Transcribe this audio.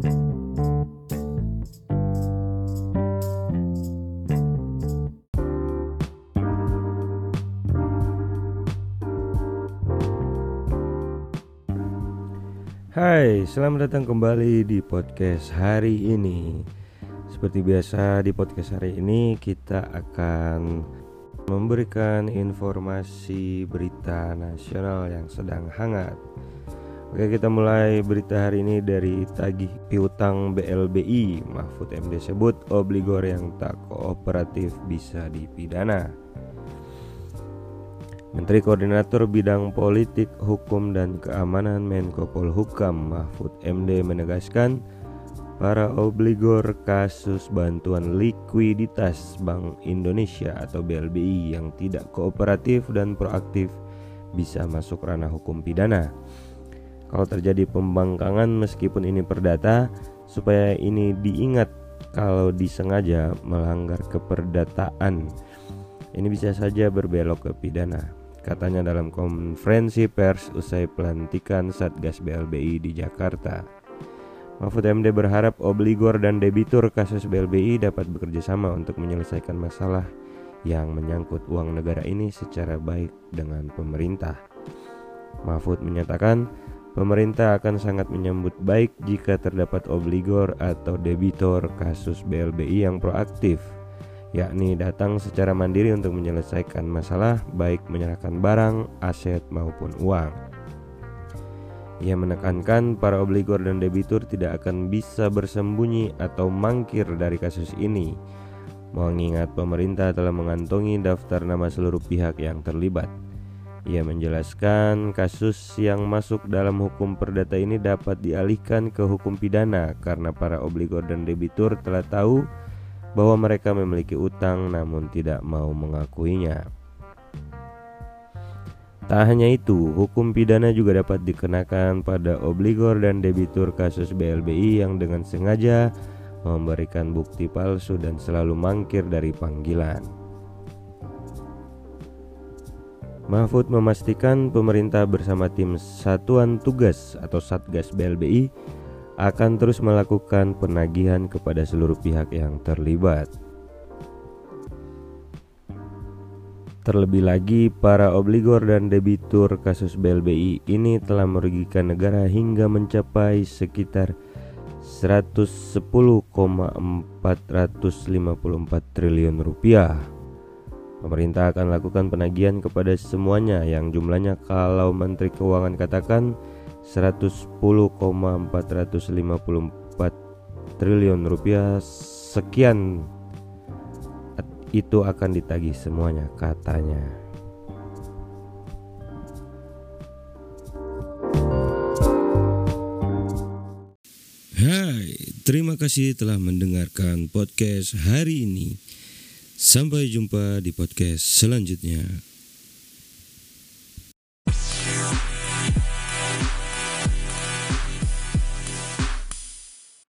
Hai, selamat datang kembali di podcast hari ini. Seperti biasa di podcast hari ini kita akan memberikan informasi berita nasional yang sedang hangat. Oke, kita mulai berita hari ini dari tagih piutang BLBI. Mahfud MD sebut obligor yang tak kooperatif bisa dipidana. Menteri Koordinator Bidang Politik, Hukum, dan Keamanan Menko Polhukam Mahfud MD menegaskan para obligor kasus bantuan likuiditas Bank Indonesia atau BLBI yang tidak kooperatif dan proaktif bisa masuk ranah hukum pidana. Kalau terjadi pembangkangan meskipun ini perdata, supaya ini diingat kalau disengaja melanggar keperdataan, ini bisa saja berbelok ke pidana. Katanya dalam konferensi pers usai pelantikan Satgas BLBI di Jakarta. Mahfud MD berharap obligor dan debitur kasus BLBI dapat bekerja sama untuk menyelesaikan masalah yang menyangkut uang negara ini secara baik dengan pemerintah. Mahfud menyatakan pemerintah akan sangat menyambut baik jika terdapat obligor atau debitor kasus BLBI yang proaktif, yakni datang secara mandiri untuk menyelesaikan masalah, baik menyerahkan barang, aset maupun uang. Ia menekankan para obligor dan debitur tidak akan bisa bersembunyi atau mangkir dari kasus ini, mengingat pemerintah telah mengantongi daftar nama seluruh pihak yang terlibat. Ia menjelaskan kasus yang masuk dalam hukum perdata ini dapat dialihkan ke hukum pidana karena para obligor dan debitur telah tahu bahwa mereka memiliki utang namun tidak mau mengakuinya. Tak hanya itu, hukum pidana juga dapat dikenakan pada obligor dan debitur kasus BLBI yang dengan sengaja memberikan bukti palsu dan selalu mangkir dari panggilan. Mahfud memastikan pemerintah bersama tim Satuan Tugas atau Satgas BLBI akan terus melakukan penagihan kepada seluruh pihak yang terlibat. Terlebih lagi, para obligor dan debitur kasus BLBI ini telah merugikan negara hingga mencapai sekitar 110,454 triliun rupiah. Pemerintah akan lakukan penagihan kepada semuanya yang jumlahnya kalau Menteri Keuangan katakan 110,454 triliun rupiah sekian itu akan ditagih semuanya, katanya. Hai, terima kasih telah mendengarkan podcast hari ini. Sampai jumpa di podcast selanjutnya.